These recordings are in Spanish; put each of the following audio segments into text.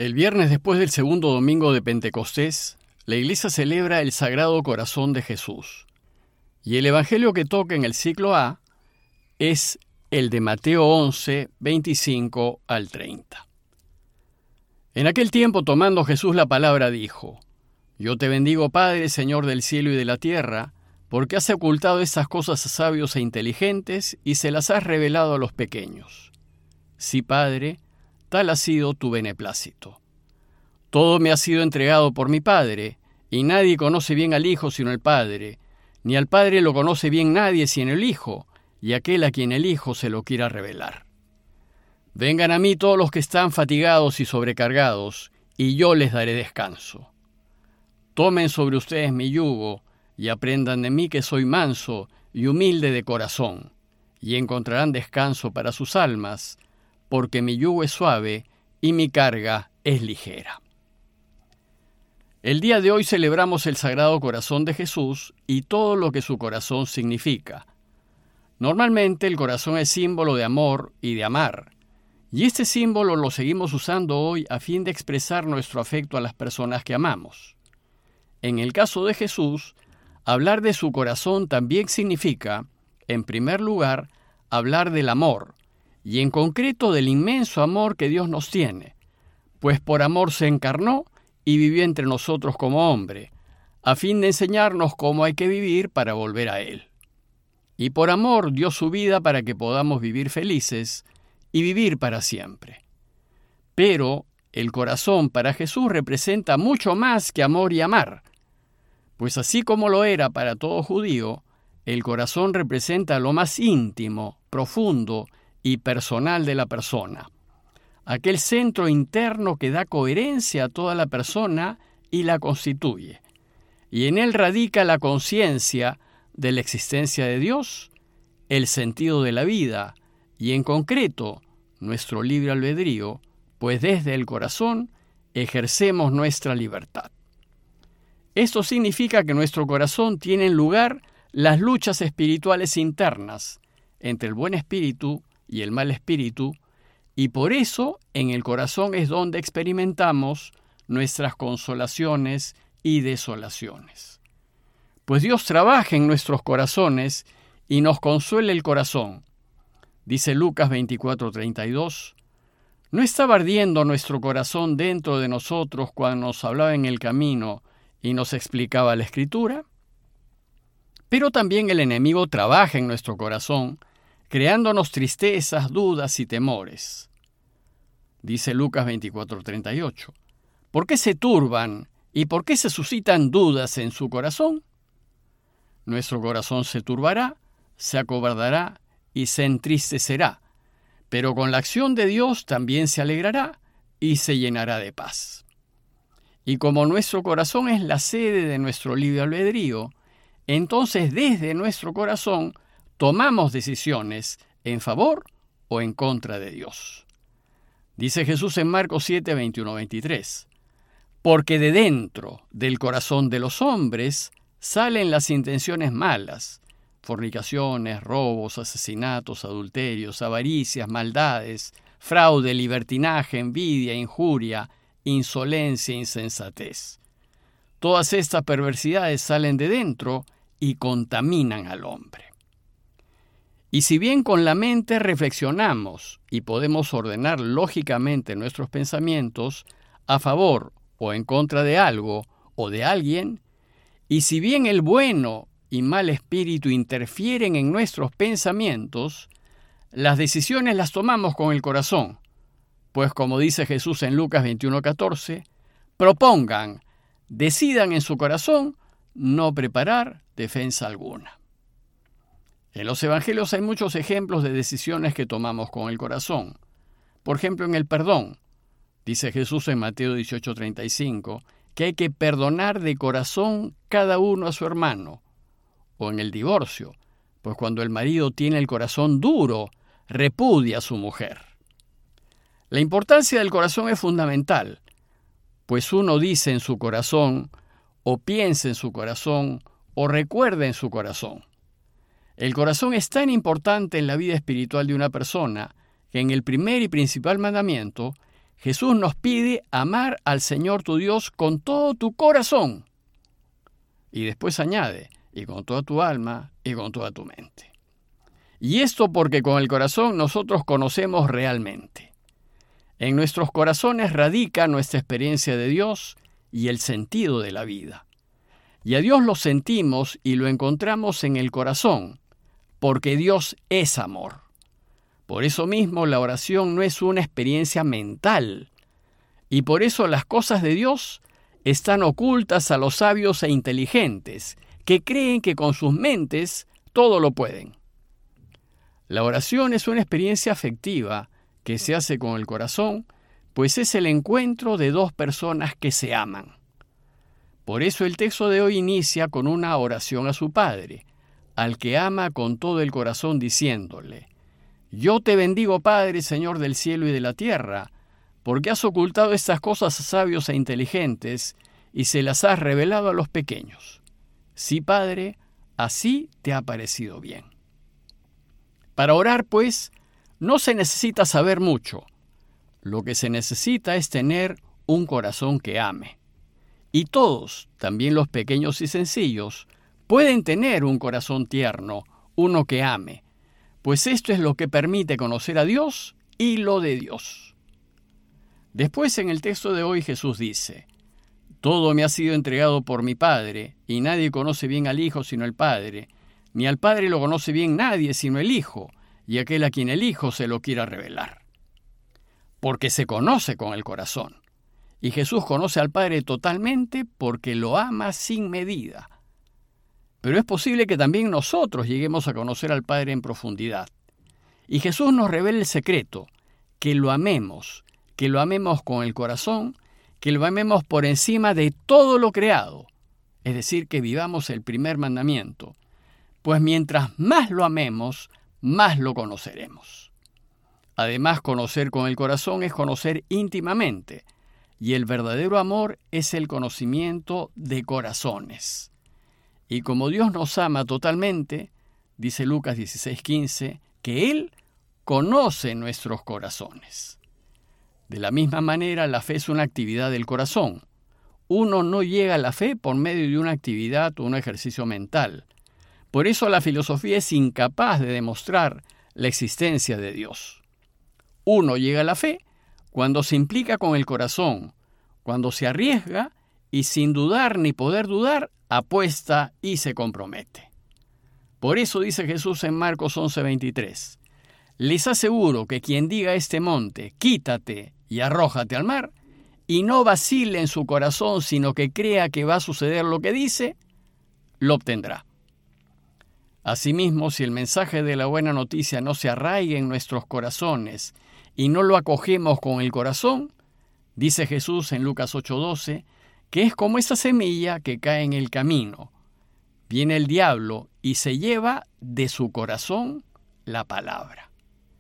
El viernes después del segundo domingo de Pentecostés, la Iglesia celebra el Sagrado Corazón de Jesús. Y el Evangelio que toca en el ciclo A es el de Mateo 11, 25 al 30. En aquel tiempo, tomando Jesús la palabra, dijo: Yo te bendigo, Padre, Señor del cielo y de la tierra, porque has ocultado estas cosas a sabios e inteligentes y se las has revelado a los pequeños. Sí, Padre, tal ha sido tu beneplácito. Todo me ha sido entregado por mi Padre, y nadie conoce bien al Hijo sino el Padre, ni al Padre lo conoce bien nadie sino el Hijo, y aquel a quien el Hijo se lo quiera revelar. Vengan a mí todos los que están fatigados y sobrecargados, y yo les daré descanso. Tomen sobre ustedes mi yugo, y aprendan de mí que soy manso y humilde de corazón, y encontrarán descanso para sus almas, porque mi yugo es suave y mi carga es ligera. El día de hoy celebramos el Sagrado Corazón de Jesús y todo lo que su corazón significa. Normalmente el corazón es símbolo de amor y de amar, y este símbolo lo seguimos usando hoy a fin de expresar nuestro afecto a las personas que amamos. En el caso de Jesús, hablar de su corazón también significa, en primer lugar, hablar del amor, y en concreto del inmenso amor que Dios nos tiene, pues por amor se encarnó y vivió entre nosotros como hombre, a fin de enseñarnos cómo hay que vivir para volver a Él. Y por amor dio su vida para que podamos vivir felices y vivir para siempre. Pero el corazón para Jesús representa mucho más que amor y amar, pues así como lo era para todo judío, el corazón representa lo más íntimo, profundo y personal de la persona, aquel centro interno que da coherencia a toda la persona y la constituye, y en él radica la conciencia de la existencia de Dios, el sentido de la vida y, en concreto, nuestro libre albedrío, pues desde el corazón ejercemos nuestra libertad. Esto significa que en nuestro corazón tienen lugar las luchas espirituales internas entre el buen espíritu y el mal espíritu, y por eso en el corazón es donde experimentamos nuestras consolaciones y desolaciones. Pues Dios trabaja en nuestros corazones y nos consuela el corazón. Dice Lucas 24:32, ¿no estaba ardiendo nuestro corazón dentro de nosotros cuando nos hablaba en el camino y nos explicaba la Escritura? Pero también el enemigo trabaja en nuestro corazón, creándonos tristezas, dudas y temores. Dice Lucas 24:38, ¿por qué se turban y por qué se suscitan dudas en su corazón? Nuestro corazón se turbará, se acobardará y se entristecerá, pero con la acción de Dios también se alegrará y se llenará de paz. Y como nuestro corazón es la sede de nuestro libre albedrío, entonces desde nuestro corazón tomamos decisiones en favor o en contra de Dios. Dice Jesús en Marcos 7, 21, 23, porque de dentro del corazón de los hombres salen las intenciones malas, fornicaciones, robos, asesinatos, adulterios, avaricias, maldades, fraude, libertinaje, envidia, injuria, insolencia, insensatez. Todas estas perversidades salen de dentro y contaminan al hombre. Y si bien con la mente reflexionamos y podemos ordenar lógicamente nuestros pensamientos a favor o en contra de algo o de alguien, y si bien el bueno y mal espíritu interfieren en nuestros pensamientos, las decisiones las tomamos con el corazón, pues como dice Jesús en Lucas 21:14, propongan, decidan en su corazón no preparar defensa alguna. En los evangelios hay muchos ejemplos de decisiones que tomamos con el corazón. Por ejemplo, en el perdón, dice Jesús en Mateo 18:35, que hay que perdonar de corazón cada uno a su hermano. O en el divorcio, pues cuando el marido tiene el corazón duro, repudia a su mujer. La importancia del corazón es fundamental, pues uno dice en su corazón, o piensa en su corazón, o recuerda en su corazón. El corazón es tan importante en la vida espiritual de una persona que en el primer y principal mandamiento, Jesús nos pide amar al Señor tu Dios con todo tu corazón. Y después añade, y con toda tu alma y con toda tu mente. Y esto porque con el corazón nosotros conocemos realmente. En nuestros corazones radica nuestra experiencia de Dios y el sentido de la vida. Y a Dios lo sentimos y lo encontramos en el corazón, porque Dios es amor. Por eso mismo la oración no es una experiencia mental, y por eso las cosas de Dios están ocultas a los sabios e inteligentes, que creen que con sus mentes todo lo pueden. La oración es una experiencia afectiva que se hace con el corazón, pues es el encuentro de dos personas que se aman. Por eso el texto de hoy inicia con una oración a su Padre, al que ama con todo el corazón, diciéndole: Yo te bendigo, Padre, Señor del cielo y de la tierra, porque has ocultado estas cosas a sabios e inteligentes y se las has revelado a los pequeños. Sí, Padre, así te ha parecido bien. Para orar, pues, no se necesita saber mucho. Lo que se necesita es tener un corazón que ame. Y todos, también los pequeños y sencillos, pueden tener un corazón tierno, uno que ame, pues esto es lo que permite conocer a Dios y lo de Dios. Después en el texto de hoy Jesús dice: Todo me ha sido entregado por mi Padre, y nadie conoce bien al Hijo sino el Padre, ni al Padre lo conoce bien nadie sino el Hijo, y aquel a quien el Hijo se lo quiera revelar. Porque se conoce con el corazón, y Jesús conoce al Padre totalmente porque lo ama sin medida. Pero es posible que también nosotros lleguemos a conocer al Padre en profundidad. Y Jesús nos revela el secreto, que lo amemos con el corazón, que lo amemos por encima de todo lo creado, es decir, que vivamos el primer mandamiento, pues mientras más lo amemos, más lo conoceremos. Además, conocer con el corazón es conocer íntimamente, y el verdadero amor es el conocimiento de corazones. Y como Dios nos ama totalmente, dice Lucas 16:15, que Él conoce nuestros corazones. De la misma manera, la fe es una actividad del corazón. Uno no llega a la fe por medio de una actividad o un ejercicio mental. Por eso la filosofía es incapaz de demostrar la existencia de Dios. Uno llega a la fe cuando se implica con el corazón, cuando se arriesga y sin dudar ni poder dudar, apuesta y se compromete. Por eso dice Jesús en Marcos 11:23, les aseguro que quien diga a este monte, quítate y arrójate al mar, y no vacile en su corazón, sino que crea que va a suceder lo que dice, lo obtendrá. Asimismo, si el mensaje de la buena noticia no se arraiga en nuestros corazones y no lo acogemos con el corazón, dice Jesús en Lucas 8:12, que es como esa semilla que cae en el camino. Viene el diablo y se lleva de su corazón la palabra.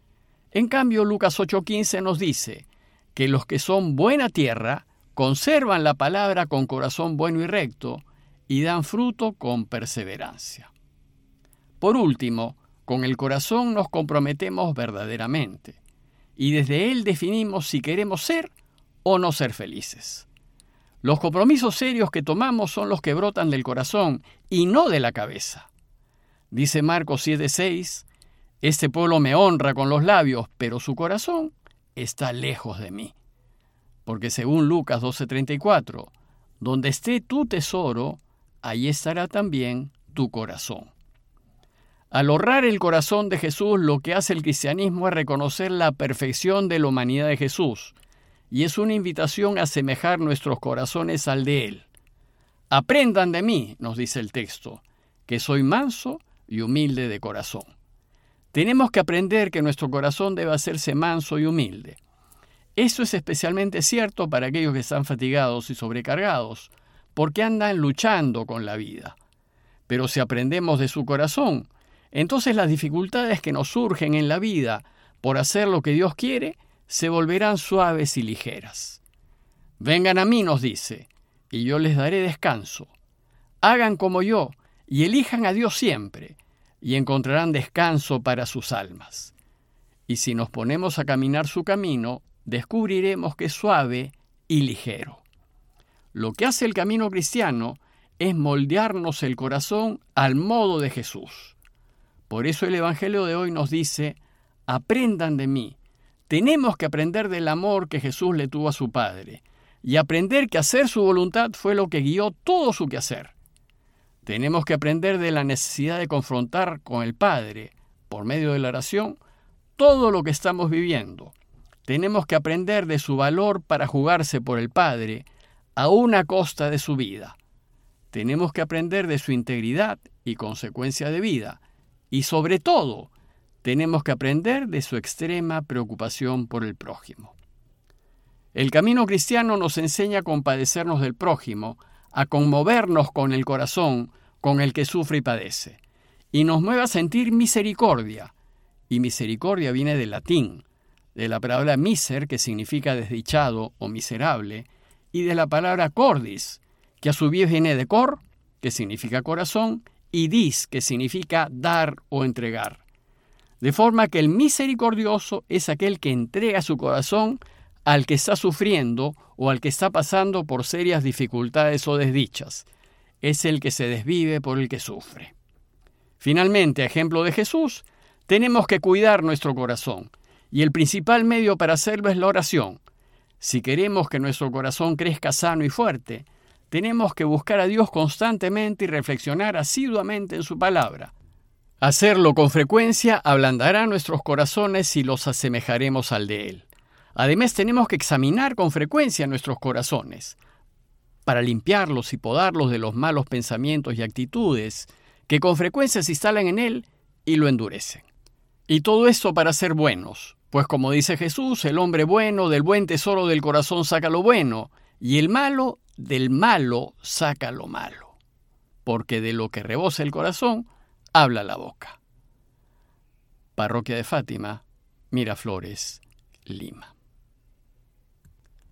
En cambio, Lucas 8:15 nos dice que los que son buena tierra conservan la palabra con corazón bueno y recto y dan fruto con perseverancia. Por último, con el corazón nos comprometemos verdaderamente, y desde él definimos si queremos ser o no ser felices. Los compromisos serios que tomamos son los que brotan del corazón y no de la cabeza. Dice Marcos 7:6, este pueblo me honra con los labios, pero su corazón está lejos de mí. Porque según Lucas 12:34, donde esté tu tesoro, ahí estará también tu corazón. Al honrar el corazón de Jesús, lo que hace el cristianismo es reconocer la perfección de la humanidad de Jesús, y es una invitación a asemejar nuestros corazones al de Él. Aprendan de mí, nos dice el texto, que soy manso y humilde de corazón. Tenemos que aprender que nuestro corazón debe hacerse manso y humilde. Esto es especialmente cierto para aquellos que están fatigados y sobrecargados, porque andan luchando con la vida. Pero si aprendemos de su corazón, entonces las dificultades que nos surgen en la vida por hacer lo que Dios quiere, se volverán suaves y ligeras. Vengan a mí, nos dice, y yo les daré descanso. Hagan como yo y elijan a Dios siempre, y encontrarán descanso para sus almas. Y si nos ponemos a caminar su camino, descubriremos que es suave y ligero. Lo que hace el camino cristiano es moldearnos el corazón al modo de Jesús. Por eso el Evangelio de hoy nos dice: aprendan de mí. Tenemos que aprender del amor que Jesús le tuvo a su Padre y aprender que hacer su voluntad fue lo que guió todo su quehacer. Tenemos que aprender de la necesidad de confrontar con el Padre, por medio de la oración, todo lo que estamos viviendo. Tenemos que aprender de su valor para jugarse por el Padre, a una costa de su vida. Tenemos que aprender de su integridad y consecuencia de vida. Y sobre todo, tenemos que aprender de su extrema preocupación por el prójimo. El camino cristiano nos enseña a compadecernos del prójimo, a conmovernos con el corazón con el que sufre y padece, y nos mueve a sentir misericordia. Y misericordia viene del latín, de la palabra miser, que significa desdichado o miserable, y de la palabra cordis, que a su vez viene de cor, que significa corazón, y dis, que significa dar o entregar. De forma que el misericordioso es aquel que entrega su corazón al que está sufriendo o al que está pasando por serias dificultades o desdichas. Es el que se desvive por el que sufre. Finalmente, a ejemplo de Jesús, tenemos que cuidar nuestro corazón, y el principal medio para hacerlo es la oración. Si queremos que nuestro corazón crezca sano y fuerte, tenemos que buscar a Dios constantemente y reflexionar asiduamente en su palabra. Hacerlo con frecuencia ablandará nuestros corazones y los asemejaremos al de Él. Además, tenemos que examinar con frecuencia nuestros corazones para limpiarlos y podarlos de los malos pensamientos y actitudes que con frecuencia se instalan en Él y lo endurecen. Y todo esto para ser buenos, pues como dice Jesús, el hombre bueno del buen tesoro del corazón saca lo bueno, y el malo del malo saca lo malo, porque de lo que rebosa el corazón habla la boca. Parroquia de Fátima, Miraflores, Lima.